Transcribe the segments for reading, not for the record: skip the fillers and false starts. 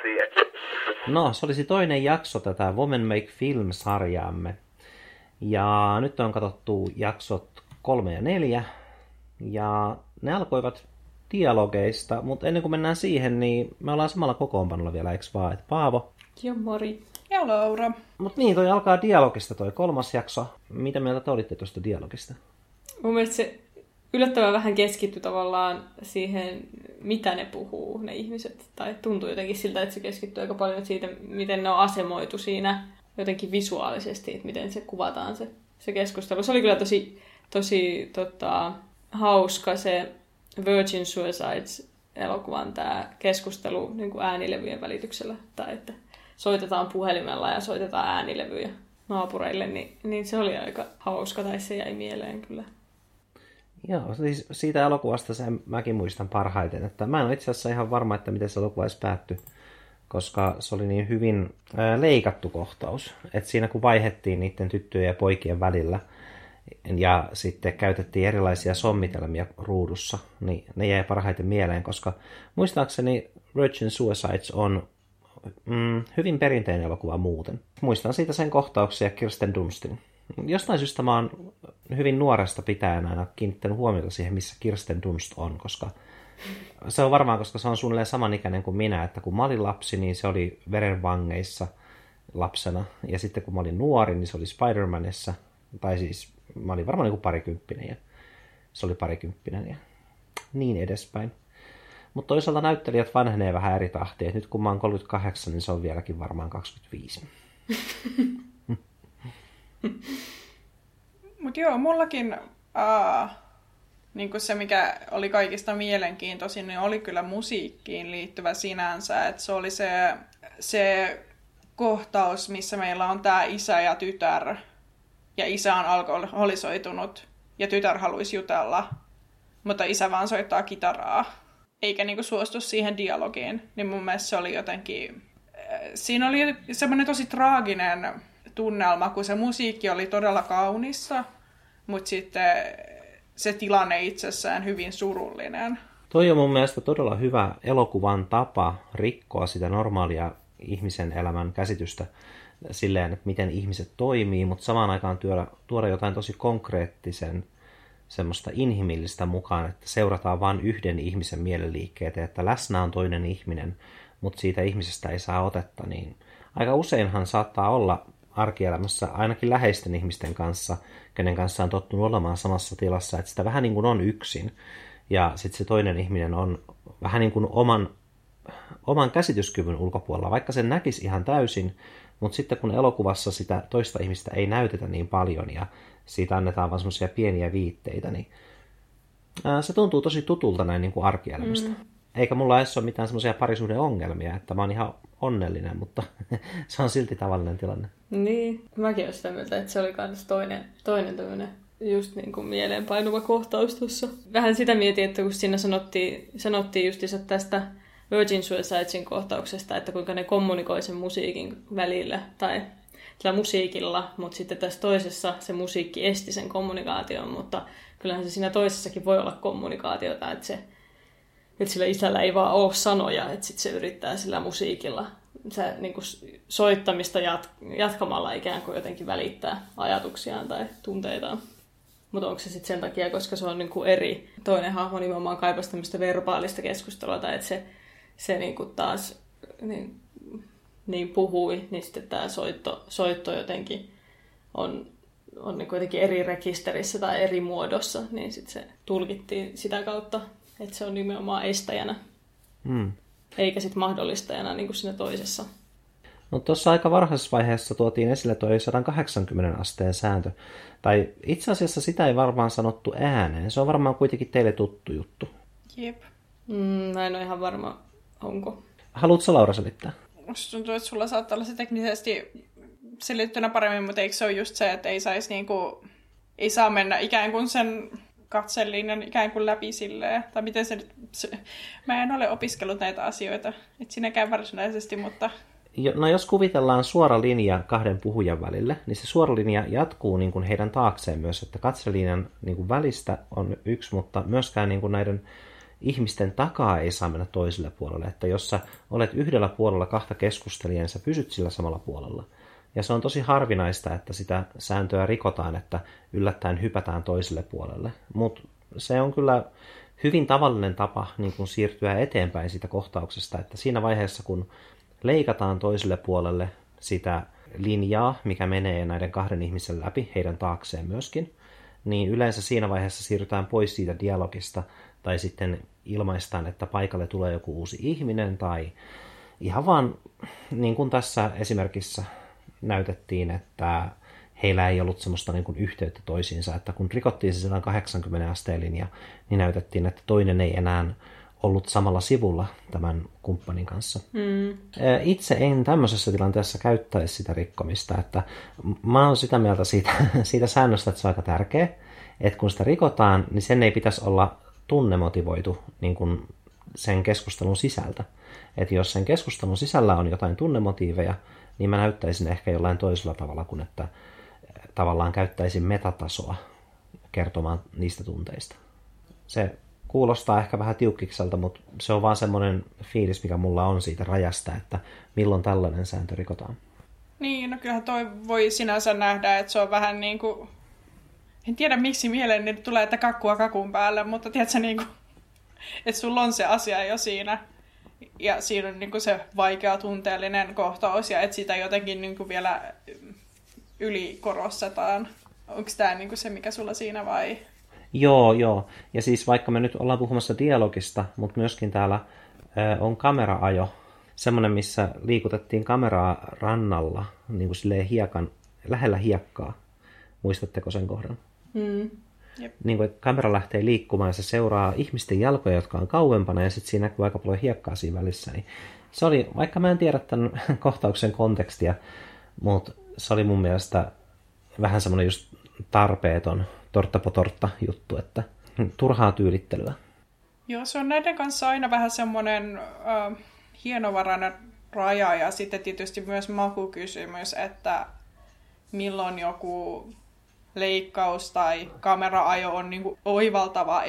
No, se olisi toinen jakso tätä Women Make Film-sarjaamme. Ja nyt on katsottu jaksot 3 ja 4. Ja ne alkoivat dialogeista, mutta ennen kuin mennään siihen, niin me ollaan samalla kokoonpanolla vielä, eikö vaan? Et Paavo. Ja Mari. Ja Laura. Mut niin, toi alkaa dialogista toi 3. jakso. Mitä mieltä te olitte tuosta dialogista? Mun mielestä se yllättävän vähän keskittyi tavallaan siihen, mitä ne puhuu, ne ihmiset. Tai tuntuu jotenkin siltä, että se keskittyy aika paljon siitä, miten ne on asemoitu siinä jotenkin visuaalisesti, että miten se kuvataan se keskustelu. Se oli kyllä tosi hauska se Virgin Suicides-elokuvan tämä keskustelu niin kuin äänilevyjen välityksellä. Tai että soitetaan puhelimella ja soitetaan äänilevyjä naapureille, niin se oli aika hauska, tai se jäi mieleen kyllä. Joo, siis siitä elokuvasta sen mäkin muistan parhaiten, että mä en ole itse asiassa ihan varma, että miten se elokuva edes päättyi, koska se oli niin hyvin leikattu kohtaus, että siinä kun vaihettiin niiden tyttöjen ja poikien välillä ja sitten käytettiin erilaisia sommitelmia ruudussa, niin ne jäi parhaiten mieleen, koska muistaakseni Virgin Suicides on hyvin perinteinen elokuva muuten. Muistan siitä sen kohtauksia Kirsten Dunstin. Jostain syystä mä oon hyvin nuoresta pitäen aina kiinnittänyt huomiota siihen, missä Kirsten Dunst on, koska se on varmaan, koska se on suunnilleen samanikäinen kuin minä, että kun mä olin lapsi, niin se oli verenvangeissa lapsena, ja sitten kun mä olin nuori, niin se oli Spider-Manissa, tai siis mä olin varmaan niin kuin parikymppinen, ja se oli parikymppinen, ja niin edespäin. Mutta toisaalta näyttelijät vanhenee vähän eri tahtia. Nyt kun mä oon 38, niin se on vieläkin varmaan 25. Mutta joo, mullakin niin se, mikä oli kaikista mielenkiintoisin, niin oli kyllä musiikkiin liittyvä sinänsä. Et se oli se kohtaus, missä meillä on tämä isä ja tytär. Ja isä on alkoholisoitunut ja tytär haluaisi jutella, mutta isä vaan soittaa kitaraa. Eikä niinku suostu siihen dialogiin, niin mun mielestä se oli jotenkin... Siinä oli semmoinen tosi traaginen tunnelma, kun se musiikki oli todella kaunissa, mutta sitten se tilanne itsessään hyvin surullinen. Toi on mun mielestä todella hyvä elokuvan tapa rikkoa sitä normaalia ihmisen elämän käsitystä silleen, että miten ihmiset toimii, mutta samaan aikaan tuoda jotain tosi konkreettisen semmoista inhimillistä mukaan, että seurataan vain yhden ihmisen mielenliikkeitä, että läsnä on toinen ihminen, mutta siitä ihmisestä ei saa otetta, niin aika useinhan saattaa olla arkielämässä ainakin läheisten ihmisten kanssa, kenen kanssa on tottunut olemaan samassa tilassa, että sitä vähän niin kuin on yksin, ja sitten se toinen ihminen on vähän niin kuin oman käsityskyvyn ulkopuolella, vaikka sen näkisi ihan täysin, mutta sitten kun elokuvassa sitä toista ihmistä ei näytetä niin paljon, ja siitä annetaan vaan semmoisia pieniä viitteitä, niin se tuntuu tosi tutulta näin niin kuin arkielämästä. Eikä mulla edes ole mitään semmoisia parisuhdeongelmia, että mä oon ihan onnellinen, mutta se on silti tavallinen tilanne. Niin, mäkin olen sitä mieltä, että se oli myös toinen tämmöinen just niin kuin mieleenpainuva kohtaus tuossa. Vähän sitä mietin, että kun siinä sanottiin justiinsa tästä Virgin Suicidesin kohtauksesta, että kuinka ne kommunikoi sen musiikin välillä, tai sillä musiikilla, mutta sitten tässä toisessa se musiikki esti sen kommunikaation, mutta kyllähän se siinä toisessakin voi olla kommunikaatiota, että sillä isällä ei vaan ole sanoja, että sitten se yrittää sillä musiikilla niin kuin soittamista jatkamalla ikään kuin jotenkin välittää ajatuksiaan tai tunteitaan. Mutta onko se sitten sen takia, koska se on niin kuin eri, toinen hahmo nimenomaan kaipasi tämmöistä verbaalista keskustelua, tai että se niin kuin taas niin puhui, niin sitten tämä soitto jotenkin on niin kuin jotenkin eri rekisterissä tai eri muodossa, niin sitten se tulkittiin sitä kautta, että se on nimenomaan estäjänä, eikä sitten mahdollistajana niin kuin siinä toisessa. No tuossa aika varhaisessa vaiheessa tuotiin esille tuo 180 asteen sääntö. Tai itse asiassa sitä ei varmaan sanottu ääneen. Se on varmaan kuitenkin teille tuttu juttu. Jep. Mä en ole ihan varma, onko. Haluatko Laura selittää? Musta tuntuu, että sulla saattaa olla se teknisesti selittynä paremmin, mutta eikö se ole just se, että ei saa mennä ikään kuin sen katselinjan ikään kuin läpi silleen. Tai miten se nyt... Mä en ole opiskellut näitä asioita, et sinäkään varsinaisesti, mutta... No jos kuvitellaan suora linja kahden puhujan välille, niin se suora linja jatkuu niin kuin heidän taakseen myös, että katselinjan niin kuin välistä on yksi, mutta myöskään niin kuin näiden ihmisten takaa ei saa mennä toiselle puolelle. Että jos sä olet yhdellä puolella kahta keskustelijaa, niin sä pysyt sillä samalla puolella. Ja se on tosi harvinaista, että sitä sääntöä rikotaan, että yllättäen hypätään toiselle puolelle. Mutta se on kyllä hyvin tavallinen tapa niin kun siirtyä eteenpäin siitä kohtauksesta, että siinä vaiheessa, kun leikataan toiselle puolelle sitä linjaa, mikä menee näiden kahden ihmisen läpi, heidän taakseen myöskin, niin yleensä siinä vaiheessa siirrytään pois siitä dialogista, tai sitten ilmaistaan, että paikalle tulee joku uusi ihminen, tai ihan vaan niin kuin tässä esimerkissä näytettiin, että heillä ei ollut semmoista niin kuin yhteyttä toisiinsa, että kun rikottiin se 180 asteen linja, niin näytettiin, että toinen ei enää ollut samalla sivulla tämän kumppanin kanssa. Itse en tämmöisessä tilanteessa käyttäisi sitä rikkomista, että mä oon sitä mieltä siitä säännöstä, että se on aika tärkeä, että kun sitä rikotaan, niin sen ei pitäisi olla tunnemotivoitu niin kuin sen keskustelun sisältä. Että jos sen keskustelun sisällä on jotain tunnemotiiveja, niin mä näyttäisin ehkä jollain toisella tavalla kuin että tavallaan käyttäisin metatasoa kertomaan niistä tunteista. Se kuulostaa ehkä vähän tiukkikselta, mutta se on vaan semmoinen fiilis, mikä mulla on siitä rajasta, että milloin tällainen sääntö rikotaan. Niin, no kyllähän toi voi sinänsä nähdä, että se on vähän niin kuin... En tiedä miksi mieleen niin tulee, että kakkua kakun päälle, mutta tiedätkö niin kuin... Että sulla on se asia jo siinä. Ja siinä on niin kuin se vaikea tunteellinen kohtaus ja että sitä jotenkin niin kuin vielä ylikorostetaan. Onko tämä niin kuin se, mikä sulla siinä vai... Joo. Ja siis vaikka me nyt ollaan puhumassa dialogista, mutta myöskin täällä on kameraajo. Semmoinen, missä liikutettiin kameraa rannalla, niin kuin silleen lähellä hiekkaa. Muistatteko sen kohdan? Jep. Niin kuin, että kamera lähtee liikkumaan ja se seuraa ihmisten jalkoja, jotka on kauempana ja sitten siinä näkyy aika paljon hiekkaa siinä välissä. Niin se oli, vaikka mä en tiedä tämän kohtauksen kontekstia, mutta se oli mun mielestä vähän semmoinen just tarpeeton tortta po tortta juttu, että turhaa tyylittelyä. Joo, se on näiden kanssa aina vähän semmoinen hienovarainen raja ja sitten tietysti myös makukysymys, että milloin joku leikkaus tai kameraajo on niinku oivaltava,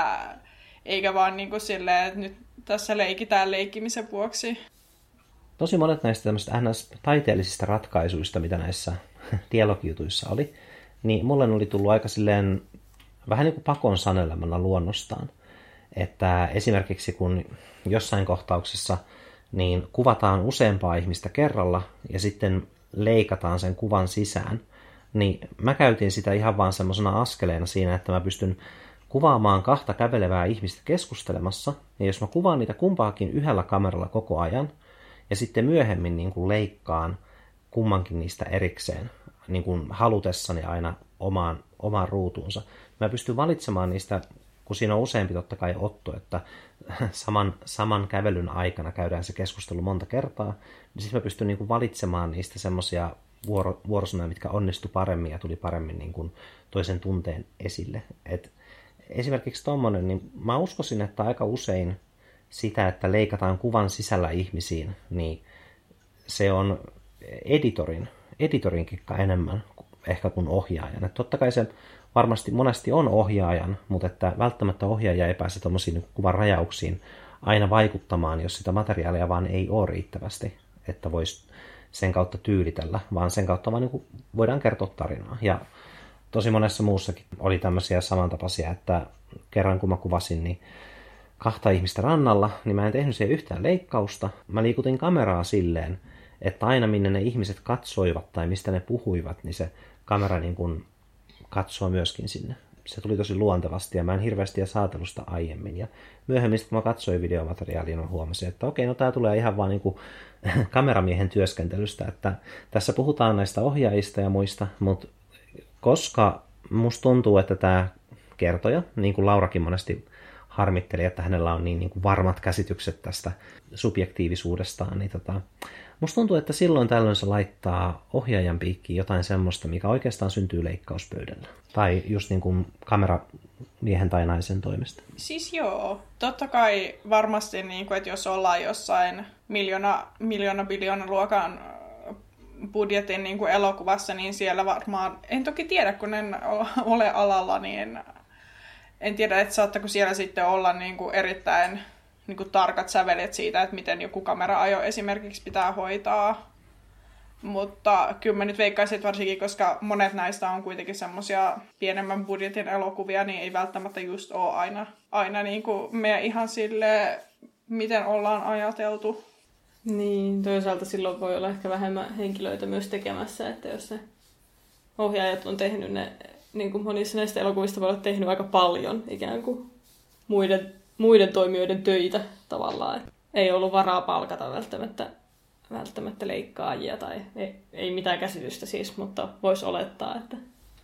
eikä vaan niinku silleen, että nyt tässä leikitään leikkimisen vuoksi. Tosi monet näistä tämmöistä NS-taiteellisista ratkaisuista, mitä näissä dialogijutuissa oli, niin mulle oli tullut aika silleen vähän niin kuin pakon sanelemana luonnostaan. Että esimerkiksi kun jossain kohtauksessa niin kuvataan useampaa ihmistä kerralla ja sitten leikataan sen kuvan sisään, niin mä käytin sitä ihan vaan semmoisena askeleena siinä, että mä pystyn kuvaamaan kahta kävelevää ihmistä keskustelemassa, ja jos mä kuvaan niitä kumpaakin yhdellä kameralla koko ajan, ja sitten myöhemmin niin kuin leikkaan kummankin niistä erikseen, niin kuin halutessani aina omaan ruutuunsa, mä pystyn valitsemaan niistä, kun siinä on useampi totta kai otto, että saman kävelyn aikana käydään se keskustelu monta kertaa, niin sitten mä pystyn niin kuin valitsemaan niistä semmoisia vuorosanoja, mitkä onnistu paremmin ja tuli paremmin niin kuin toisen tunteen esille. Et esimerkiksi tommonen, niin mä uskoisin, että aika usein sitä, että leikataan kuvan sisällä ihmisiin, niin se on editorin kikka enemmän ehkä kuin ohjaajan. Et totta kai se varmasti monesti on ohjaajan, mutta että välttämättä ohjaaja ei pääse tommosiin kuvan rajauksiin aina vaikuttamaan, jos sitä materiaalia vaan ei ole riittävästi, että voisi sen kautta tyylitellä, vaan sen kautta vaan niin voidaan kertoa tarinaa. Ja tosi monessa muussakin oli tämmöisiä samantapaisia, että kerran kun mä kuvasin niin kahta ihmistä rannalla, niin mä en tehnyt siihen yhtään leikkausta. Mä liikutin kameraa silleen, että aina minne ne ihmiset katsoivat tai mistä ne puhuivat, niin se kamera niin kuin katsoo myöskin sinne. Se tuli tosi luontevasti ja mä en hirveästi ja saatellut sitä aiemmin. Ja myöhemmin kun mä katsoin videomateriaalia, mä huomasin, että okei, no tää tulee ihan vaan niin kuin kameramiehen työskentelystä, että tässä puhutaan näistä ohjaajista ja muista, mutta koska musta tuntuu, että tämä kertoja, niin kuin Laurakin monesti harmitteli, että hänellä on niin kuin varmat käsitykset tästä subjektiivisuudestaan, niin musta tuntuu, että silloin tällöin se laittaa ohjaajan piikkiin jotain semmoista, mikä oikeastaan syntyy leikkauspöydällä. Tai just niin kuin kameramiehen tai naisen toimesta. Siis joo. Totta kai varmasti, niin kuin, että jos ollaan jossain miljoona luokan budjetin niin kuin elokuvassa, niin siellä varmaan, en toki tiedä, kun en ole alalla, niin en tiedä, että saattaako siellä sitten olla niin kuin erittäin niin kuin tarkat sävelet siitä, että miten joku kamera-ajo esimerkiksi pitää hoitaa. Mutta kyllä mä nyt veikkaisin, että varsinkin, koska monet näistä on kuitenkin semmoisia pienemmän budjetin elokuvia, niin ei välttämättä just ole aina niin kuin me ihan sille, miten ollaan ajateltu. Niin, toisaalta silloin voi olla ehkä vähemmän henkilöitä myös tekemässä, että jos se ohjaajat on tehnyt ne, niin kuin monissa näistä elokuvista voi olla tehnyt aika paljon ikään kuin muiden toimijoiden töitä tavallaan. Että ei ollut varaa palkata välttämättä leikkaajia tai ei mitään käsitystä siis, mutta voisi olettaa, että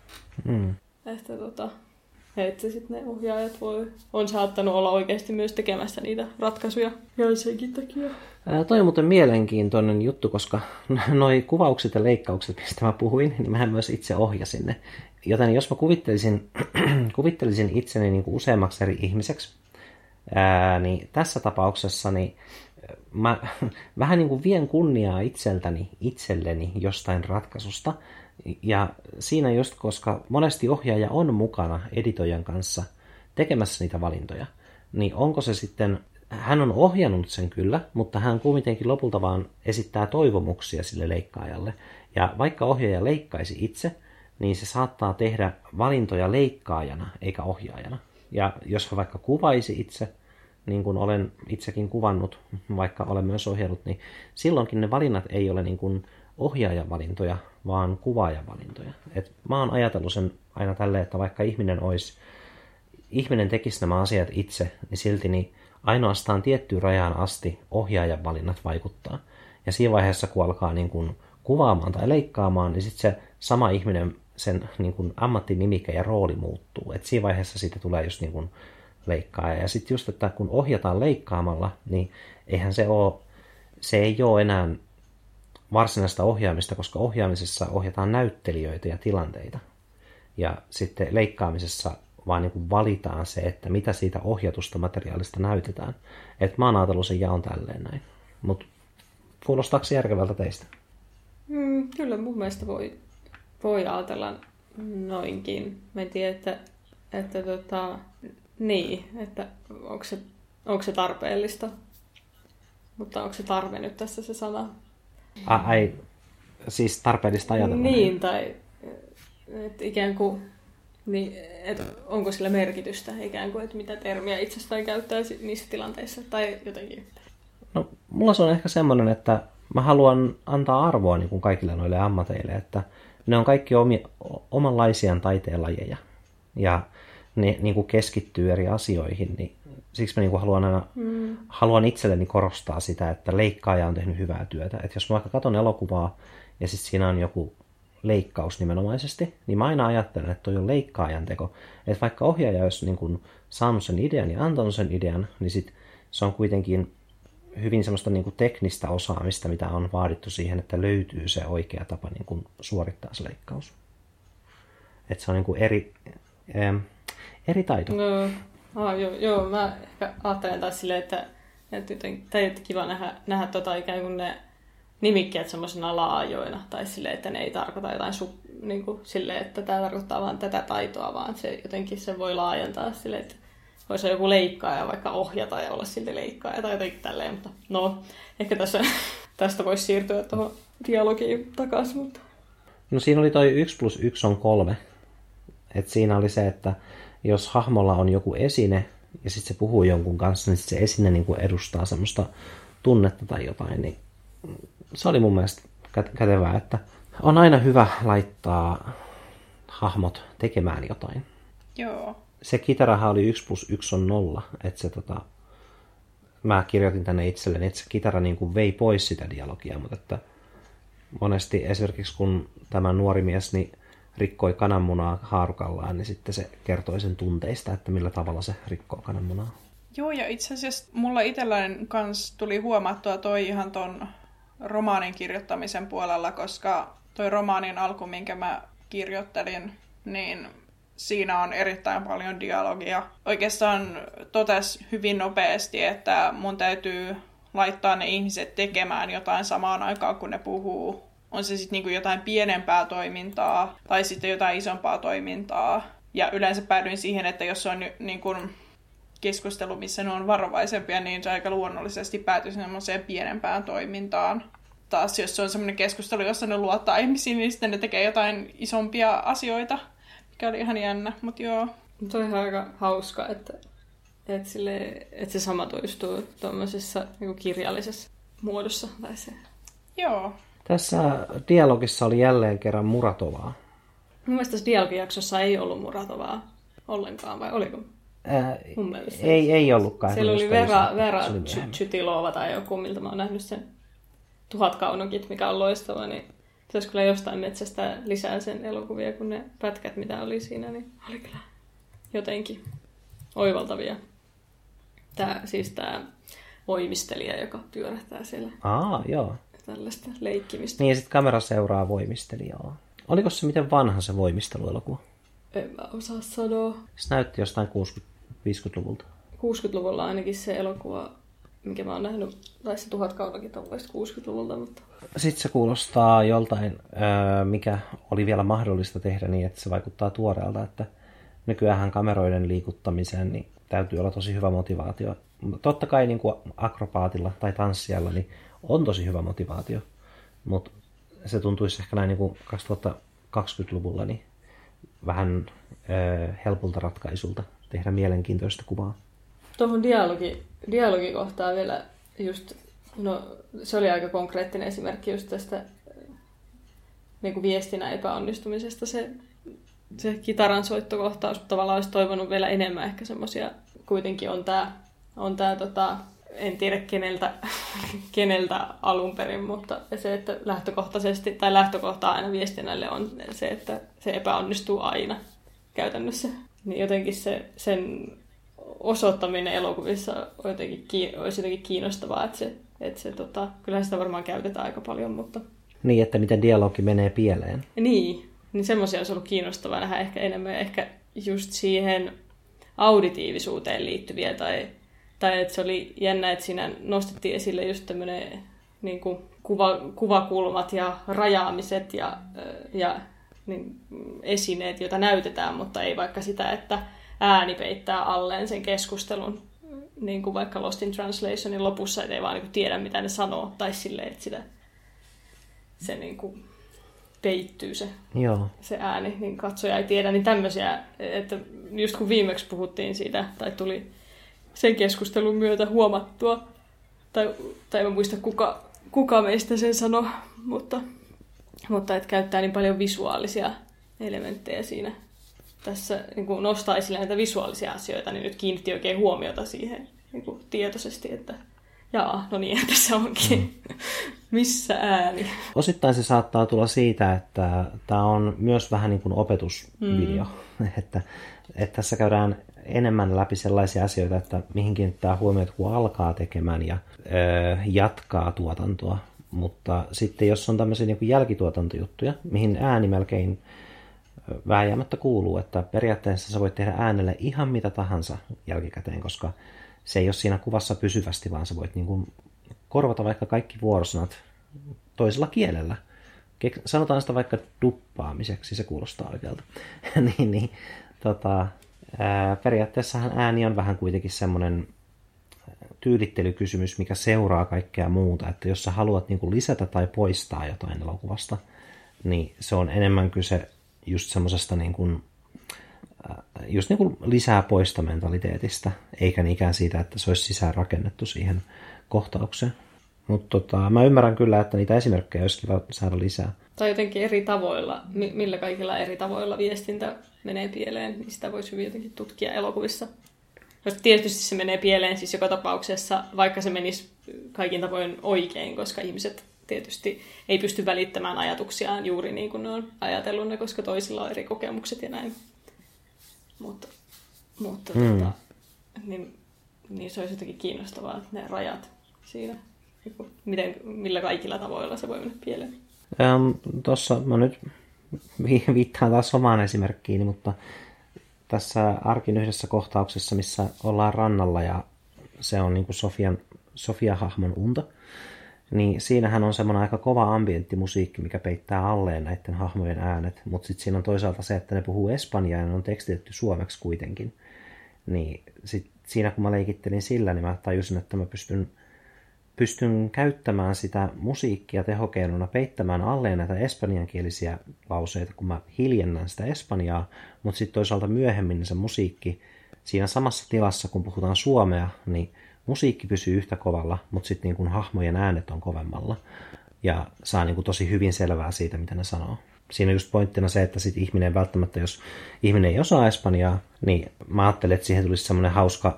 sitten ne ohjaajat on saattanut olla oikeasti myös tekemässä niitä ratkaisuja senkin takia. Toi on muuten mielenkiintoinen juttu, koska noi kuvaukset ja leikkaukset, mistä mä puhuin, niin mähän myös itse ohjasin ne. Joten jos mä kuvittelisin itseni niin kuin useammaksi eri ihmiseksi, niin tässä tapauksessa niin mä vähän niin kuin vien kunniaa itselleni jostain ratkaisusta. Ja siinä just, koska monesti ohjaaja on mukana editoijan kanssa tekemässä niitä valintoja, niin onko se sitten, hän on ohjannut sen kyllä, mutta hän kuitenkin lopulta vaan esittää toivomuksia sille leikkaajalle. Ja vaikka ohjaaja leikkaisi itse, niin se saattaa tehdä valintoja leikkaajana eikä ohjaajana. Ja jos hän vaikka kuvaisi itse, niin kuin olen itsekin kuvannut, vaikka olen myös ohjannut, niin silloinkin ne valinnat ei ole niin kuin ohjaajan valintoja, vaan kuvaajan valintoja. Et mä oon ajatellut sen aina tälleen, että vaikka ihminen tekisi nämä asiat itse, niin silti niin ainoastaan tiettyyn rajaan asti ohjaajan valinnat vaikuttaa. Ja siinä vaiheessa, kun alkaa niin kuin kuvaamaan tai leikkaamaan, niin sitten se sama ihminen, sen niin kuin ammattinimike ja rooli muuttuu. Et siinä vaiheessa siitä tulee just niin kuin leikkaaja. Ja sitten just, että kun ohjataan leikkaamalla, niin eihän se ei ole enää varsinaista ohjaamista, koska ohjaamisessa ohjataan näyttelijöitä ja tilanteita. Ja sitten leikkaamisessa vaan niin kuin valitaan se, että mitä siitä ohjatusta materiaalista näytetään. Että mä oon ajatellut sen jaon tälleen näin. Mutta kuulostaako se järkevältä teistä? Kyllä mun mielestä voi ajatella noinkin. Mä en tiedä, että onko se tarpeellista. Mutta onko se tarve nyt tässä se sana? Siis tarpeellista ajatella. Niin, tai että ikään kuin, niin, että onko sillä merkitystä ikään kuin, että mitä termiä itsestään käyttää niissä tilanteissa tai jotenkin. No, mulla se on ehkä semmoinen, että mä haluan antaa arvoa niin kuin kaikille noille ammateille, että ne on kaikki omanlaisiaan taiteenlajeja ja ne niin kuin keskittyy eri asioihin, niin siksi mä niin kuin haluan itselleni korostaa sitä, että leikkaaja on tehnyt hyvää työtä. Että jos mä vaikka katson elokuvaa ja sitten siinä on joku leikkaus nimenomaisesti, niin mä aina ajattelen, että toi on leikkaajan teko. Että vaikka ohjaaja olisi niin kuin saanut sen idean ja antanut sen idean, niin sit se on kuitenkin hyvin semmoista niin kuin teknistä osaamista, mitä on vaadittu siihen, että löytyy se oikea tapa niin kuin suorittaa se leikkaus. Että se on niin kuin eri taito. No, joo, mä ehkä ajattelen taas silleen, että kiva nähdä ikään kuin ne nimikkeet semmoisena laajoina, tai silleen, että ne ei tarkoita jotain niin kuin silleen, että tämä tarkoittaa vain tätä taitoa, vaan se jotenkin se voi laajentaa silleen, että voisi joku leikkaaja vaikka ohjata ja olla silti leikkaaja tai jotenkin tälleen, mutta no, ehkä tästä voisi siirtyä tuohon dialogiin takaisin. Mutta. No siinä oli toi 1+1 on 3. Et siinä oli se, että jos hahmolla on joku esine ja sitten se puhuu jonkun kanssa, niin se esine niin kuin edustaa semmoista tunnetta tai jotain, niin se oli mun mielestä kätevää, että on aina hyvä laittaa hahmot tekemään jotain. Joo. Se kitarahan oli 1+1 on 0, että se mä kirjoitin tänne itselleni, että se kitara niin kuin vei pois sitä dialogia, mutta että monesti esimerkiksi kun tämä nuori mies niin rikkoi kananmunaa haarukallaan, niin sitten se kertoi sen tunteista, että millä tavalla se rikkoo kananmunaa. Joo, ja itse asiassa mulla itselläni kans tuli huomattua toi ihan ton romaanin kirjoittamisen puolella, koska toi romaanin alku, minkä mä kirjoittelin, niin siinä on erittäin paljon dialogia. Oikeastaan totes hyvin nopeasti, että mun täytyy laittaa ne ihmiset tekemään jotain samaan aikaan, kun ne puhuu. On se sitten niinku jotain pienempää toimintaa tai sitten jotain isompaa toimintaa. Ja yleensä päädyin siihen, että jos on niin kuin keskustelu, missä ne on varovaisempia, niin se aika luonnollisesti päätyy semmoiseen pienempään toimintaan. Taas jos se on semmoinen keskustelu, jossa ne luottaa ihmisiin, niin sitten ne tekee jotain isompia asioita, mikä oli ihan jännä, mutta joo. Se on ihan aika hauska, että se sama toistuu tuollaisessa niin kirjallisessa muodossa. Tai se. Joo. Tässä dialogissa oli jälleen kerran Muratovaa. Mun mielestä tässä dialogijaksossa ei ollut Muratovaa ollenkaan, vai oliko? Mun mielestä. Ei ollutkaan. Siellä oli Vera Chytilova tai joku, miltä mä oon nähnyt sen 1000 kaunokit, mikä on loistava, niin pitäisi kyllä jostain metsästä lisää sen elokuvia, kun ne pätkät, mitä oli siinä, niin oli kyllä jotenkin oivaltavia. Tämä voimistelija, joka pyörähtää siellä. Joo. Tällaista leikkimistä. Niin, ja sitten kamera seuraa voimistelijaa. Oliko se miten vanha se voimisteluelokuva? En mä osaa sanoa. Se näytti jostain 60-50-luvulta. 60-luvulla ainakin se elokuva, mikä mä oon nähnyt, tai se 1000 kaunokit on vasta 60-luvulta. Mutta... Sitten se kuulostaa joltain, mikä oli vielä mahdollista tehdä niin, että se vaikuttaa tuoreelta, että nykyään kameroiden liikuttamiseen niin täytyy olla tosi hyvä motivaatio. Totta kai niin kuin akrobaatilla tai tanssijalla niin on tosi hyvä motivaatio, mutta se tuntuisi ehkä näin niin kuin 2020-luvulla niin vähän helpolta ratkaisulta tehdä mielenkiintoista kuvaa. Tuohon dialogikohtaan vielä just, no se oli aika konkreettinen esimerkki just tästä niin kuin viestinnän epäonnistumisesta se kitaran soittokohtaus, tavallaan olisi toivonut vielä enemmän ehkä semmoisia, kuitenkin on tää en tiedä keneltä alun perin, mutta se, että lähtökohta aina viestinnälle on se, että se epäonnistuu aina käytännössä. Niin jotenkin sen osoittaminen elokuvissa olisi jotenkin kiinnostavaa, kyllähän sitä varmaan käytetään aika paljon, mutta... Niin, että miten dialogi menee pieleen. Niin semmoisia olisi ollut kiinnostavaa nähdä ehkä enemmän, ehkä just siihen auditiivisuuteen liittyviä, tai että se oli jännä, että siinä nostettiin esille just tämmöinen niin kuin kuvakulmat ja rajaamiset ja niin, esineet, joita näytetään, mutta ei vaikka sitä, että ääni peittää alleen sen keskustelun, niin kuin vaikka Lost in Translationin lopussa, että ei vaan niin kuin tiedä, mitä ne sanoo, tai silleen, että se niin kuin peittyy se ääni, niin katsoja ei tiedä, niin tämmöisiä, että just kun viimeksi puhuttiin siitä, tai tuli sen keskustelun myötä huomattua, tai en muista kuka meistä sen sanoi, mutta että käyttää niin paljon visuaalisia elementtejä siinä. Tässä niin kun nostaa esille näitä visuaalisia asioita, niin nyt kiinnitti oikein huomiota siihen niin kun tietoisesti, että no niin, tässä onkin. Missä ääni? Osittain se saattaa tulla siitä, että tämä on myös vähän niin kuin opetusvideo. Että tässä käydään enemmän läpi sellaisia asioita, että mihin kiinnittää huomiota, kun alkaa tekemään ja jatkaa tuotantoa. Mutta sitten jos on tämmöisiä niin kuin jälkituotantojuttuja, mihin ääni melkein vääjäämättä kuuluu, että periaatteessa sä voit tehdä äänelle ihan mitä tahansa jälkikäteen, koska se ei ole siinä kuvassa pysyvästi, vaan sä voit niin kuin korvata vaikka kaikki vuorosanat toisella kielellä. Sanotaan sitä vaikka duppaamiseksi, se kuulostaa oikealta. Periaatteessahan ääni on vähän kuitenkin semmoinen tyylittelykysymys, mikä seuraa kaikkea muuta. Että jos sä haluat niin kuin lisätä tai poistaa jotain elokuvasta, niin se on enemmän kyse just semmoisesta niin kuin lisää poista mentaliteetistä, eikä niinkään siitä, että se olisi sisään rakennettu siihen kohtaukseen. Mutta mä ymmärrän kyllä, että niitä esimerkkejä olisi kiva saada lisää. Tai jotenkin eri tavoilla, millä kaikilla eri tavoilla viestintä menee pieleen, niin sitä voisi hyvin jotenkin tutkia elokuvissa. Koska tietysti se menee pieleen siis joka tapauksessa, vaikka se menisi kaikin tavoin oikein, koska ihmiset tietysti ei pysty välittämään ajatuksiaan juuri niin kuin ne on ajatellut ne, koska toisilla on eri kokemukset ja näin. Mutta niin se olisi jotenkin kiinnostavaa, että ne rajat siinä, millä kaikilla tavoilla se voi mennä pieleen. Tuossa mä nyt viittaan taas omaan esimerkkiini, mutta tässä Arkin yhdessä kohtauksessa, missä ollaan rannalla ja se on niin kuin Sofia-hahmon unta, niin siinähän on semmoinen aika kova ambienttimusiikki, mikä peittää alleen näiden hahmojen äänet, mutta sitten siinä on toisaalta se, että ne puhuu espanjaa ja ne on tekstitetty suomeksi kuitenkin. Niin sit siinä kun mä leikittelin sillä, niin mä tajusin, että mä pystyn käyttämään sitä musiikkia tehokeinona peittämään alleen näitä espanjankielisiä lauseita, kun mä hiljennän sitä espanjaa, mutta sitten toisaalta myöhemmin se musiikki siinä samassa tilassa, kun puhutaan suomea, niin musiikki pysyy yhtä kovalla, mutta sitten niin kun hahmojen äänet on kovemmalla ja saa niin kun tosi hyvin selvää siitä, mitä ne sanoo. Siinä on just pointtina se, että sit ihminen välttämättä, jos ihminen ei osaa espanjaa, niin mä ajattelen, että siihen tulisi semmoinen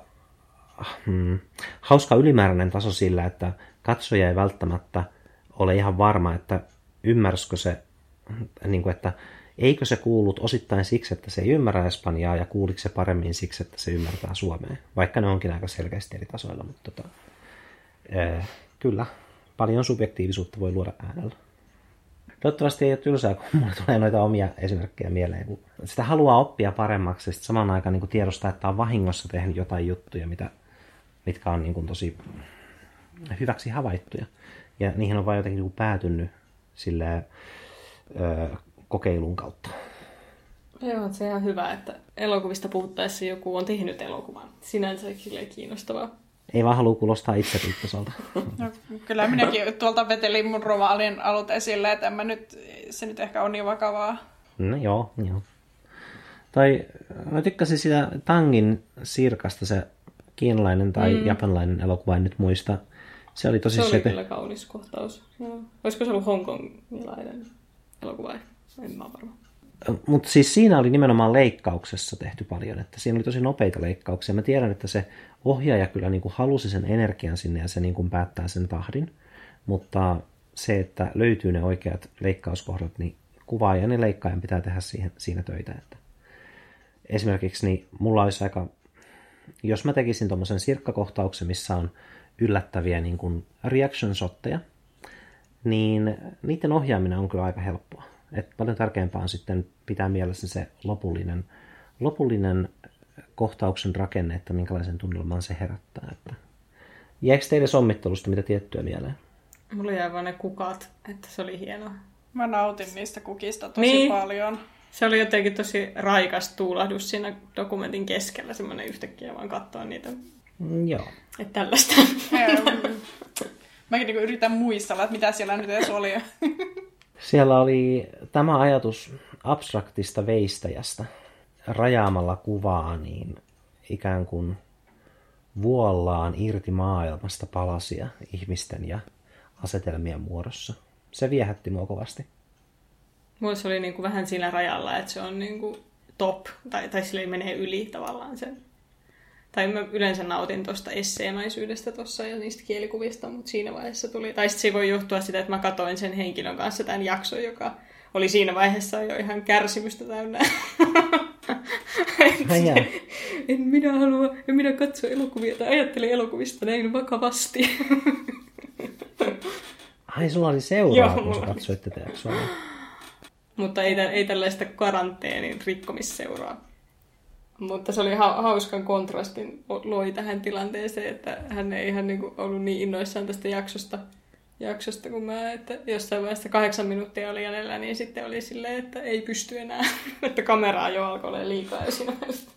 hauska ylimääräinen taso sillä, että katsoja ei välttämättä ole ihan varma, että ymmärsikö se, niin kuin, että eikö se kuullut osittain siksi, että se ei ymmärrä espanjaa ja kuuliko se paremmin siksi, että se ymmärtää suomea. Vaikka ne onkin aika selkeästi eri tasoilla, mutta kyllä, paljon subjektiivisuutta voi luoda äänellä. Toivottavasti ei ole tylsää, kun mulle tulee noita omia esimerkkejä mieleen. Kun sitä haluaa oppia paremmaksi ja samaan aikaan niin tiedostaa, että on vahingossa tehnyt jotain juttuja, mitkä on niin tosi hyväksi havaittuja. Ja niihin on vain jotenkin niin päätynyt silleen, kokeilun kautta. Joo, se on ihan hyvä, että elokuvista puhuttaessa joku on tehnyt elokuvan. Sinänsä silleen kiinnostavaa. Ei vaan halua kuulostaa itse Ripposalta. No, kyllä minäkin tuolta vetelin mun romaalin alut esille, että se nyt ehkä on niin vakavaa. No joo. Tai mä tykkäsin sitä Tangin Sirkasta, se kiinalainen tai japanilainen elokuva, en nyt muista. Se oli tosi se oli kyllä kaunis kohtaus. Joo. Olisiko se ollut hongkongilainen elokuva? En mä ole varma. Mutta siis siinä oli nimenomaan leikkauksessa tehty paljon, että siinä oli tosi nopeita leikkauksia. Mä tiedän, että se ohjaaja kyllä niin kuin halusi sen energian sinne ja se niin kuin päättää sen tahdin, mutta se, että löytyy ne oikeat leikkauskohdat, niin kuvaajan ja leikkaajan pitää tehdä siinä töitä. Että esimerkiksi niin mulla olisi aika, jos mä tekisin tommosen sirkkakohtauksen, missä on yllättäviä niin kuin reaction shotteja, niin niiden ohjaaminen on kyllä aika helppoa. Et paljon tärkeämpää on sitten pitää mielessä se lopullinen kohtauksen rakenne, että minkälaisen tunnelman se herättää. Että jäikö teille sommittelusta mitä tiettyä mieleen? Mulla jäi vaan ne kukat, että se oli hienoa. Mä nautin niistä kukista tosi paljon. Se oli jotenkin tosi raikas tuulahdus siinä dokumentin keskellä, semmoinen yhtäkkiä vaan katsoa niitä. Joo. Että tällaista. Mäkin niin yritän muistella, että mitä siellä nyt edes oli. Siellä oli tämä ajatus abstraktista veistäjästä. Rajaamalla kuvaa niin ikään kuin vuollaan irti maailmasta palasia ihmisten ja asetelmien muodossa. Se viehätti mua kovasti. Mulla se oli niin kuin vähän siinä rajalla, että se on niin kuin top, tai sille menee yli tavallaan sen. Tai mä yleensä nautin tuosta esseemäisyydestä tuossa ja niistä kielikuvista, mutta siinä vaiheessa tuli. Tai sitten se voi johtua sitä, että mä katoin sen henkilön kanssa tämän jakson, joka oli siinä vaiheessa jo ihan kärsimystä täynnä. En minä katso elokuvia tai ajattele elokuvista näin vakavasti. Ai, sulla oli seuraa, kun sä katsoitte tätä jaksoa. Mutta ei tällaista karanteenin rikkomisseuraa. Mutta se oli hauskan kontrastin loi tähän tilanteeseen, että hän ei ihan niinku ollut niin innoissaan tästä jaksosta kuin mä, että jossain vaiheessa 8 minuuttia oli jäljellä, niin sitten oli silleen, että ei pysty enää, että kameraa jo alkoi olla liikaa siinä.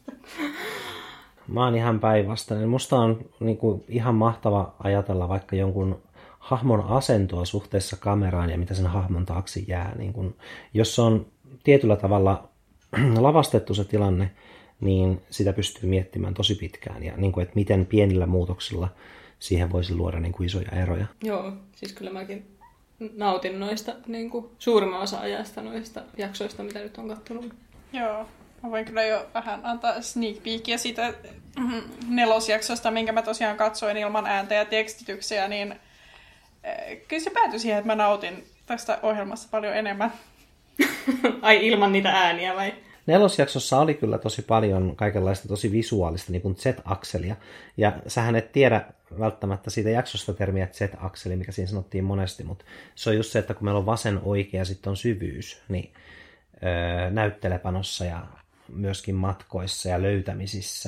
Mä oon ihan päinvastainen. Musta on niinku ihan mahtava ajatella vaikka jonkun hahmon asentoa suhteessa kameraan ja mitä sen hahmon taakse jää. Niin kun, jos on tietyllä tavalla lavastettu se tilanne, niin sitä pystyy miettimään tosi pitkään. Ja niin kuin, että miten pienillä muutoksilla siihen voisi luoda niin kuin isoja eroja. Joo, siis kyllä mäkin nautin noista niin kuin suurimman osa ajasta noista jaksoista, mitä nyt on katsonut. Joo, mä voin kyllä jo vähän antaa sneak peekia siitä 4. jaksosta, minkä mä tosiaan katsoin ilman ääntä ja tekstityksiä, niin kyllä se päätyi siihen, että mä nautin tästä ohjelmasta paljon enemmän. Ai ilman niitä ääniä vai? 4. jaksossa oli kyllä tosi paljon kaikenlaista tosi visuaalista niin kuin Z-akselia. Ja sähän et tiedä välttämättä siitä jaksosta termiä Z-akseli, mikä siinä sanottiin monesti, mutta se on just se, että kun meillä on vasen, oikea ja sitten on syvyys, niin näyttelepanossa ja myöskin matkoissa ja löytämisissä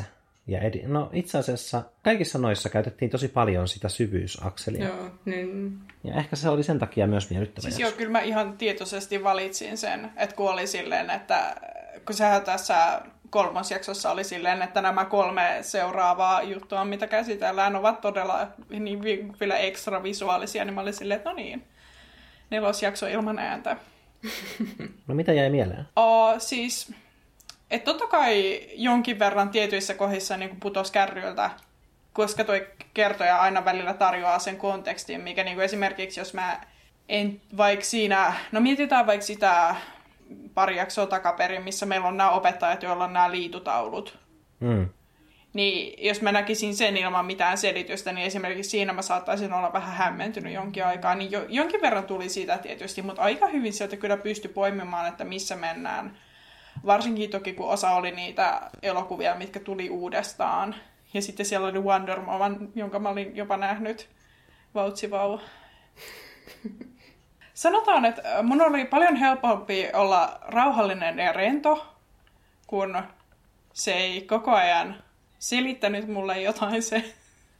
Ja no itse asiassa kaikissa noissa käytettiin tosi paljon sitä syvyysakselia. Joo, niin. Ja ehkä se oli sen takia myös miellyttävä Siis jakso. joo, kyllä mä ihan tietoisesti valitsin sen, että kun oli silleen, että kun sehän tässä 3. jaksossa oli silleen, että nämä 3 seuraavaa juttua, mitä käsitellään, ovat todella niin vielä ekstra visuaalisia, niin mä olin silleen, että no niin, 4. jakso ilman ääntä. No mitä jäi mieleen? Siis, että totta kai jonkin verran tietyissä kohdissa niin putosi kärryiltä, koska toi kertoja aina välillä tarjoaa sen kontekstin, mikä niin kuin esimerkiksi jos mä en vaikka siinä, no mietitään vaikka sitä pari jaksoa takaperin, missä meillä on nämä opettajat, joilla on nämä liitutaulut. Niin jos mä näkisin sen ilman mitään selitystä, niin esimerkiksi siinä mä saattaisin olla vähän hämmentynyt jonkin aikaa. Niin jonkin verran tuli siitä tietysti, mutta aika hyvin sieltä kyllä pystyi poimimaan, että missä mennään. Varsinkin toki, kun osa oli niitä elokuvia, mitkä tuli uudestaan. Ja sitten siellä oli Wonder Woman, jonka mä olin jopa nähnyt. Vautsivau. Sanotaan, että mun oli paljon helpompi olla rauhallinen ja rento, kun se ei koko ajan selittänyt mulle jotain se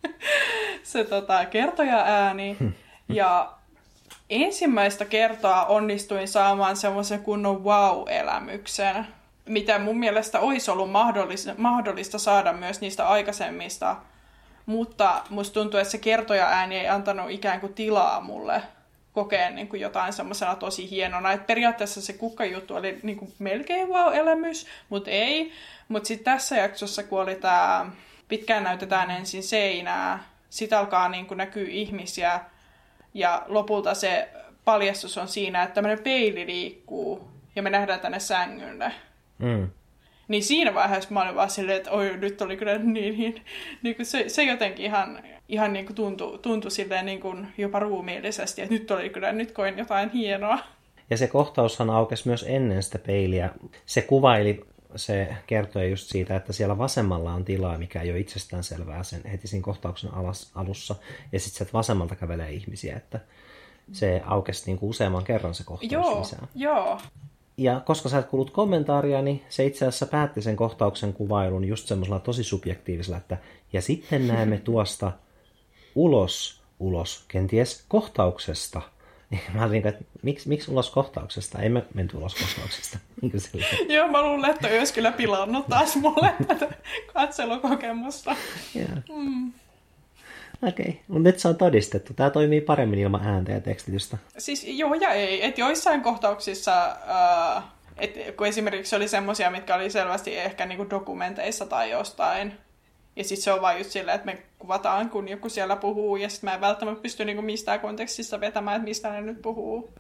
kertoja ääni. Ja ensimmäistä kertaa onnistuin saamaan semmoisen kunnon wow-elämyksen, mitä mun mielestä olisi ollut mahdollista saada myös niistä aikaisemmista. Mutta musta tuntuu, että se kertoja ääni ei antanut ikään kuin tilaa mulle kokea niin kuin jotain semmoisena tosi hienona. Et periaatteessa se kukkajuttu oli niin kuin melkein wow-elämys, mutta ei. Mutta sitten tässä jaksossa, kun oli tämä pitkään näytetään ensin seinää, sitten alkaa niin kuin näkyy ihmisiä ja lopulta se paljastus on siinä, että tämmöinen peili liikkuu ja me nähdään tänne sängylle. Niin siinä vaiheessa mä olin vaan silleen, että oi, nyt oli kyllä niin kuin se jotenkin ihan niin kuin tuntui silleen niin kuin jopa ruumiillisesti, että nyt koin jotain hienoa. Ja se kohtaushan aukesi myös ennen sitä peiliä. Se kuvaili, se kertoi just siitä, että siellä vasemmalla on tilaa, mikä ei ole itsestäänselvää sen heti siinä kohtauksen alussa. Ja sitten sieltä vasemmalta kävelee ihmisiä, että se aukesi niin kuin useamman kerran se kohtaus lisää. Joo. Ja koska sä et kuullut kommentaaria, niin se itse asiassa päätti sen kohtauksen kuvailun just semmoisella tosi subjektiivisella, että ja sitten näemme tuosta ulos, kenties kohtauksesta. Mä olin, että miksi ulos kohtauksesta? Ei me menty ulos kohtauksesta. Joo, mä luulen, että olisi kyllä pilannut taas mulle tätä katselukokemusta. Okei, mutta nyt se on todistettu. Tämä toimii paremmin ilman ääntä ja tekstitystä. Siis joo ja ei. Että joissain kohtauksissa, kun esimerkiksi oli semmoisia, mitkä oli selvästi ehkä niinku dokumenteissa tai jostain. Ja sitten se on vaan just silleen, että me kuvataan, kun joku siellä puhuu. Ja sitten mä en välttämättä pysty niinku mistään kontekstissa vetämään, että mistä ne nyt puhuu.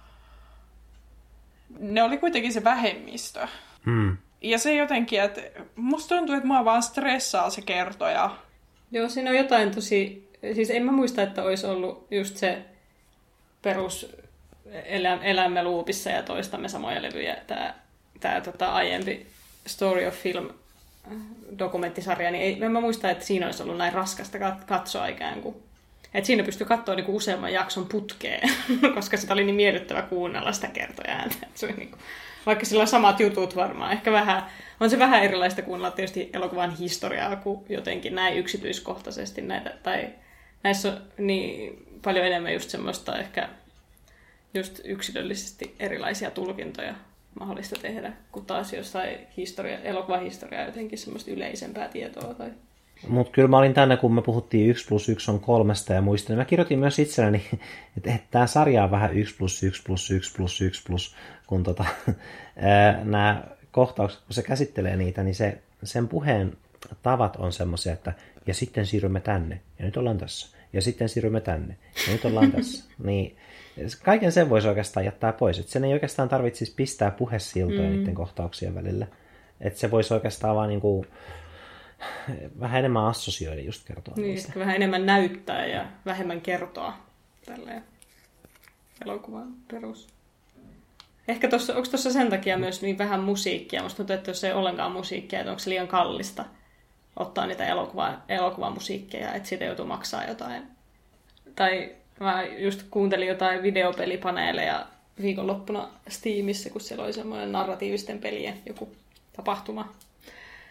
Ne oli kuitenkin se vähemmistö. Ja se jotenkin, että musta tuntuu, että mua vaan stressaa se kertoja. Joo, siinä on jotain tosi... Siis en mä muista, että olisi ollut just se perus elämme loopissa ja toistamme samoja levyjä. Tämä aiempi Story of Film dokumenttisarja, niin en mä muista, että siinä olisi ollut näin raskasta katsoa ikään kuin. Että siinä pystyi katsoa niinku useamman jakson putkeen, koska sitä oli niin miellyttävä kuunnella sitä kertojaääntä. Se oli niinku, vaikka sillä on samat jutut varmaan. Ehkä on se vähän erilaista kuunnella tietysti elokuvan historiaa kuin jotenkin näin yksityiskohtaisesti näitä. Tai näissä on niin paljon enemmän just semmoista ehkä just yksilöllisesti erilaisia tulkintoja mahdollista tehdä, kuin taas jossain elokuvahistoriaa jotenkin semmoista yleisempää tietoa. Tai... Mutta kyllä mä olin tänne, kun me puhuttiin 1+1 on 3 ja muista, niin mä kirjoitin myös itselleni, että tämä sarja on vähän 1+1+1+1+, kun nämä kohtaukset, kun se käsittelee niitä, niin sen puheen tavat on semmoisia, että ja sitten siirrymme tänne, ja nyt ollaan tässä, ja sitten siirrymme tänne, ja nyt ollaan tässä. Niin kaiken sen voisi oikeastaan jättää pois, että sen ei oikeastaan tarvitsisi pistää puhesiltoja niiden kohtauksien välillä. Että se voisi oikeastaan vaan niinku vähän enemmän assosioida just kertoa niin, niistä. Vähän enemmän näyttää ja vähemmän kertoa tälleen elokuvan perus. Ehkä onko tuossa sen takia myös niin vähän musiikkia? Musta tuntuu, että jos ei ollenkaan musiikkia, että onko se liian kallista ottaa niitä elokuvamusiikkeja, että siitä joutuu maksaa jotain. Tai mä just kuuntelin jotain videopelipaneeleja viikonloppuna Steamissa, kun siellä oli semmoinen narratiivisten pelien joku tapahtuma.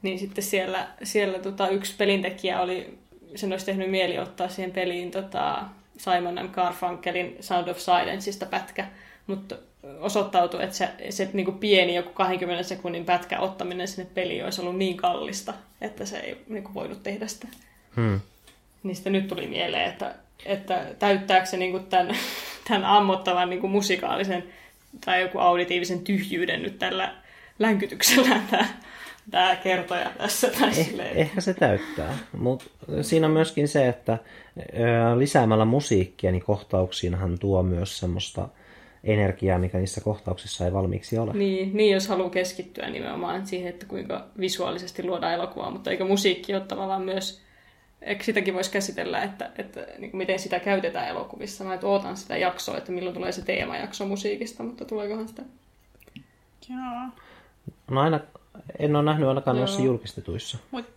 Niin sitten siellä yksi pelintekijä sen olisi tehnyt mieli ottaa siihen peliin Simon & Garfunkelin Sound of Silenceista pätkä, mutta osoittautui, että se niin kuin pieni joku 20 sekunnin pätkä ottaminen sinne peliin olisi ollut niin kallista, että se ei niin kuin voinut tehdä sitä. Niin sitten nyt tuli mieleen, että täyttääkö se niin kuin tämän ammottavan niin kuin musikaalisen tai joku auditiivisen tyhjyyden nyt tällä länkytyksellä tämä kertoja tässä. Ehkä se täyttää, mutta siinä on myöskin se, että lisäämällä musiikkia, niin kohtauksiinhan tuo myös semmoista energiaa, mikä niissä kohtauksissa ei valmiiksi ole. Niin jos haluaa keskittyä nimenomaan siihen, että kuinka visuaalisesti luodaan elokuvaa, mutta eikö musiikki ole tavallaan myös, eikö sitäkin voisi käsitellä, että niin kuin miten sitä käytetään elokuvissa. Mä ootan sitä jaksoa, että milloin tulee se teemajakso musiikista, mutta tuleekohan sitä? Joo. No en ole nähnyt ainakaan noissa julkistetuissa.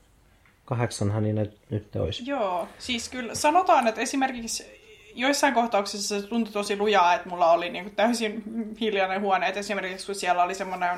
8 niin nyt olisi. Joo, siis kyllä sanotaan, että esimerkiksi joissain kohtauksissa se tuntui tosi lujaa, että mulla oli niin kuin täysin hiljainen huone. Että esimerkiksi kun siellä oli semmoinen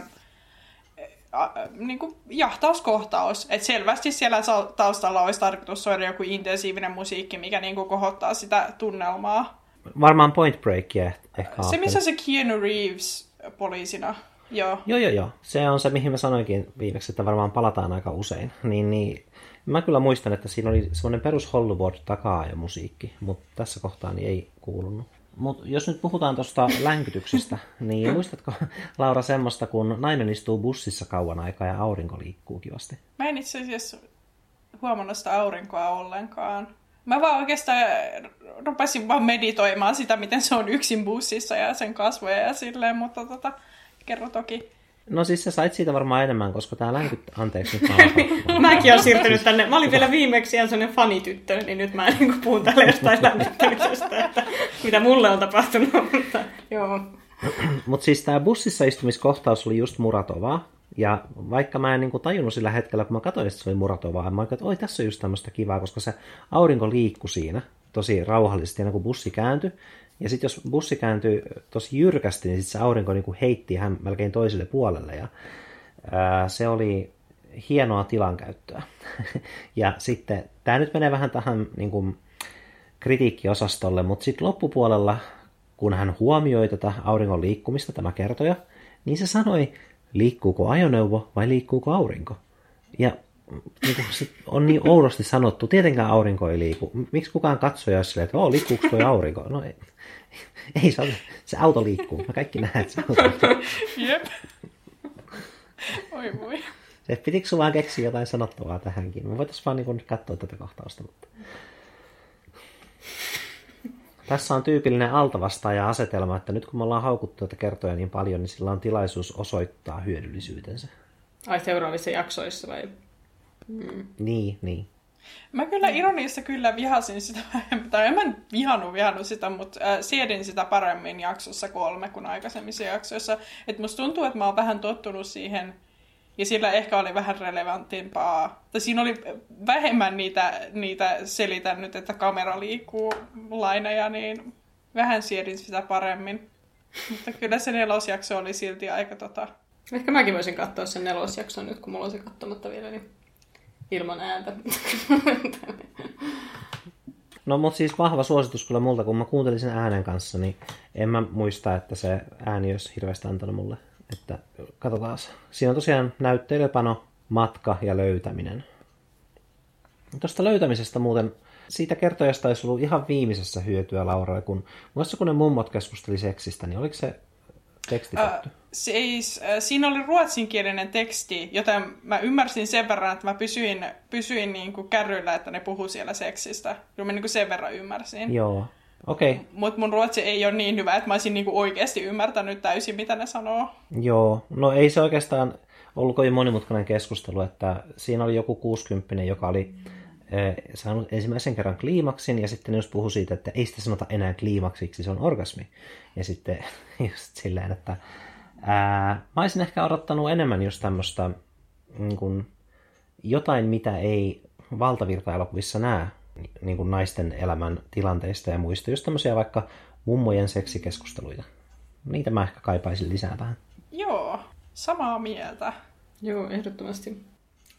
niin kuin jahtauskohtaus, että selvästi siellä taustalla olisi tarkoitus soida joku intensiivinen musiikki, mikä niin kuin kohottaa sitä tunnelmaa. Varmaan Point Breakia ehkä. Se, missä se Keanu Reeves poliisina. Joo. Joo. Se on se, mihin mä sanoinkin viimeksi, että varmaan palataan aika usein. Niin, mä kyllä muistan, että siinä oli semmoinen perus Hollywood takaa ja musiikki, mutta tässä kohtaa niin ei kuulunut. Mutta jos nyt puhutaan tuosta länkytyksestä, niin muistatko, Laura, semmoista, kun nainen istuu bussissa kauan aikaa ja aurinko liikkuu kivasti? Mä en itse asiassa huomannut sitä aurinkoa ollenkaan. Mä vaan oikeastaan rupesin vaan meditoimaan sitä, miten se on yksin bussissa ja sen kasvoja ja silleen, mutta kerro toki. No siis sä sait siitä varmaan enemmän, koska tää anteeksi nyt Mäkin olen siirtynyt tänne. Mä olin vielä viimeksi ihan sellainen fanityttö, niin nyt mä niin puhun tälle jostain lämmittämisestä, että mitä mulle on tapahtunut. Mutta joo. Mutta siis tää bussissa istumiskohtaus oli just Muratovaa. Ja vaikka mä en niin kuin tajunnut sillä hetkellä, kun mä katsoin, että se oli Muratovaa, mä ajattelin, että oi, tässä on just tämmöistä kivaa, koska se aurinko liikkui siinä tosi rauhallisesti, aina kun bussi kääntyi. Ja sitten jos bussi kääntyi tosi jyrkästi, niin sitten se aurinko niin kuin heitti hän melkein toiselle puolelle. Ja se oli hienoa tilankäyttöä. Ja sitten tämä nyt menee vähän tähän niin kuin kritiikkiosastolle, mutta sitten loppupuolella, kun hän huomioi tätä auringon liikkumista, tämä kertoja, niin se sanoi, liikkuuko ajoneuvo vai liikkuuko aurinko? Ja niin se on niin oudosti sanottu, tietenkään aurinko ei liiku. Miksi kukaan katsoja olisi silleen, että liikkuuko tuo aurinko? No ei se auto liikkuu. Me kaikki nähdään, että se auto liikkuu. Jep. Oi voi. Pitikö sun vaan keksiä jotain sanottavaa tähänkin? Me voitaisiin vaan niin katsoa tätä kohtausta. Mutta tässä on tyypillinen altavastaaja-asetelma, että nyt kun me ollaan haukuttu tätä kertoja niin paljon, niin sillä on tilaisuus osoittaa hyödyllisyytensä. Ai seuraavissa jaksoissa vai? Niin. Mä kyllä ironiassa kyllä vihasin sitä, tai en mä vihannut sitä, mutta siedin sitä paremmin jaksossa 3 kuin aikaisemmissa jaksoissa. Että musta tuntuu, että mä oon vähän tottunut siihen, ja sillä ehkä oli vähän relevantimpaa. Tai siinä oli vähemmän niitä selitän nyt, että kamera liikkuu laineja, niin vähän siedin sitä paremmin. Mutta kyllä se 4. jakso oli silti aika Ehkä mäkin voisin katsoa sen 4. jakson nyt, kun mulla on se katsomatta vielä, niin ilman ääntä. No mutta siis vahva suositus kyllä multa, kun mä kuuntelin sen äänen kanssa, niin en mä muista, että se ääni olisi hirveästi antanut mulle. Että katsotaan. Siinä on tosiaan näyttelypano, matka ja löytäminen. Tuosta löytämisestä muuten, siitä kertojasta olisi ollut ihan viimeisessä hyötyä, Laura, kun ne mummot keskusteli seksistä, niin oliko se tekstitetty? Siinä oli ruotsinkielinen teksti, joten mä ymmärsin sen verran, että mä pysyin niin kuin kärryillä, että ne puhuu siellä seksistä. Kyllä mä niin kuin sen verran ymmärsin. Joo, okei. Okay. Mutta mun ruotsi ei ole niin hyvä, että mä olisin niin kuin oikeasti ymmärtänyt täysin, mitä ne sanoo. Joo, no ei se oikeastaan ollut kovin monimutkainen keskustelu, että siinä oli joku 60, joka oli saanut ensimmäisen kerran kliimaksin, ja sitten jos puhui siitä, että ei sitä sanota enää kliimaksiksi, se on orgasmi. Ja sitten just silleen, että mä olisin ehkä odottanut enemmän just tämmöistä niin kuin, jotain, mitä ei valtavirta-elokuvissa näe niin kuin naisten elämän tilanteista ja muista. Just tämmöisiä vaikka mummojen seksikeskusteluja. Niitä mä ehkä kaipaisin lisää tähän. Joo, samaa mieltä. Joo, ehdottomasti.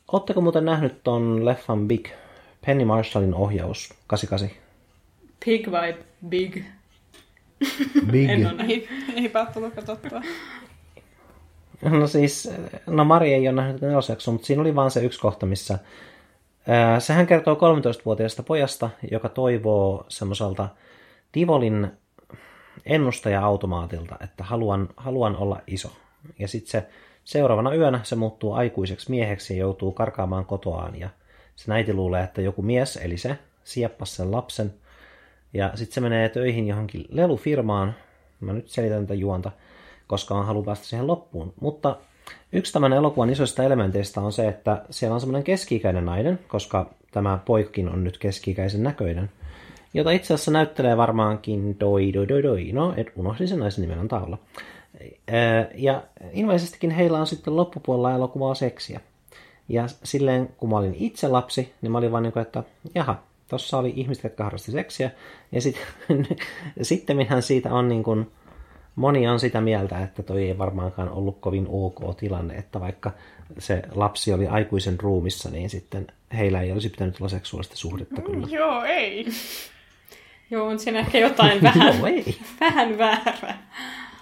Ootteko muuten nähnyt ton leffan Big? Penny Marshallin ohjaus, 88. Pig vai Big? Big. En ole nähnyt. Eipä tullut katsottua. No siis, Mari ei ole nähnyt nelosjaksoa, mutta siinä oli vaan se yksi kohta, missä sehän kertoo 13-vuotiaasta pojasta, joka toivoo semmoiselta Tivolin ennustaja-automaatilta, että haluan olla iso. Ja sitten se seuraavana yönä se muuttuu aikuiseksi mieheksi ja joutuu karkaamaan kotoaan. Ja se äiti luulee, että joku mies, eli se, sieppasi sen lapsen. Ja sitten se menee töihin johonkin lelufirmaan. Mä nyt selitän tätä juonta, koska haluan päästä siihen loppuun. Mutta yksi tämän elokuvan isoista elementeistä on se, että siellä on semmoinen keski-ikäinen nainen, koska tämä poikkin on nyt keski-ikäisen näköinen, jota itse asiassa näyttelee varmaankin no, unohdin sen naisen nimen, antaa olla. Ja ilmeisestikin heillä on sitten loppupuolella elokuvaa seksiä. Ja silleen, kun mä olin itse lapsi, niin mä olin vaan niin kuin, että jaha, tossa oli ihmiset, jotka harrasti seksiä. Ja sitten minähän siitä on niin kuin, moni on sitä mieltä, että toi ei varmaankaan ollut kovin ok tilanne, että vaikka se lapsi oli aikuisen ruumissa, niin sitten heillä ei olisi pitänyt olla seksuaalista suhdetta kyllä. Joo, ei. Joo, on siinä ehkä jotain vähän, Joo, ei. vähän väärää.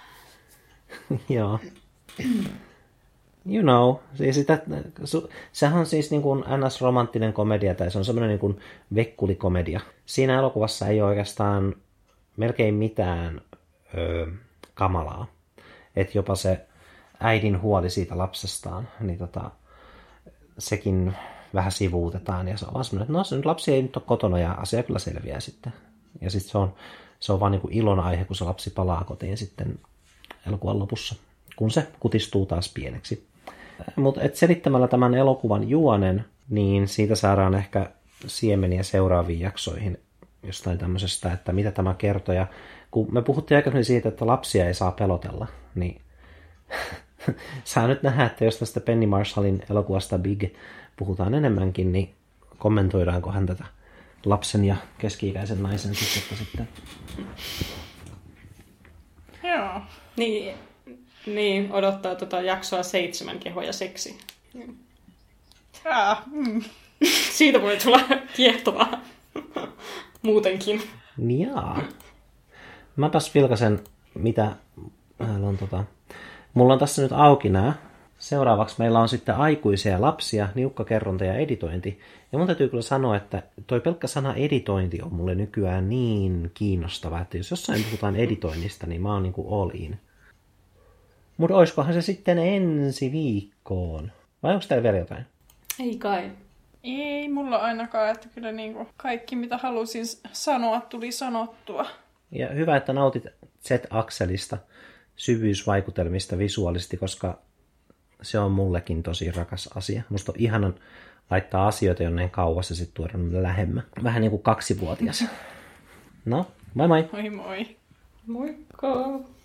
Joo. You know, siis sehän on siis niin kuin NS-romanttinen komedia, tai se on semmoinen niin kuin vekkulikomedia. Siinä elokuvassa ei ole oikeastaan melkein mitään kamalaa. Että jopa se äidin huoli siitä lapsestaan, niin sekin vähän sivuutetaan. Ja se on vaan semmoinen, että no se nyt lapsi ei nyt ole kotona ja asia kyllä selviää sitten. Ja sitten se on vaan niin kuin ilon aihe, kun se lapsi palaa kotiin sitten elokuvan lopussa, kun se kutistuu taas pieneksi. Mutta selittämällä tämän elokuvan juonen, niin siitä saadaan ehkä siemeniä seuraaviin jaksoihin jostain tämmöisestä, että mitä tämä kertoo. Ja kun me puhuttiin aikaisemmin siitä, että lapsia ei saa pelotella, niin saa nyt nähdä, että jos tästä Penny Marshallin elokuvasta Big puhutaan enemmänkin, niin kommentoidaankohan tätä lapsen ja keski-ikäisen naisen suhdetta sitten. Joo. Niin, odottaa jaksoa 7 keho ja seksi. Siitä voi tulla kiehtovaa muutenkin. Jaa. Mäpäs vilkasen, mitä mulla on tässä nyt auki nää. Seuraavaksi meillä on sitten aikuisia ja lapsia, niukkakerronta ja editointi. Ja mun täytyy kyllä sanoa, että toi pelkkä sana editointi on mulle nykyään niin kiinnostava, että jos jossain puhutaan editoinnista, niin mä oon niinku all in. Mutta oiskohan se sitten ensi viikkoon? Vai onko täällä vielä jotain? Ei kai. Ei mulla ainakaan, että kyllä niinku kaikki mitä halusin sanoa tuli sanottua. Ja hyvä, että nautit Z-akselista syvyysvaikutelmista visuaalisesti, koska se on mullekin tosi rakas asia. Musta on ihanan laittaa asioita jonneen kauas ja sitten tuoda ne lähemmä. Vähän niin kuin 2-vuotias. No, moi moi! Moi moi! Moikka!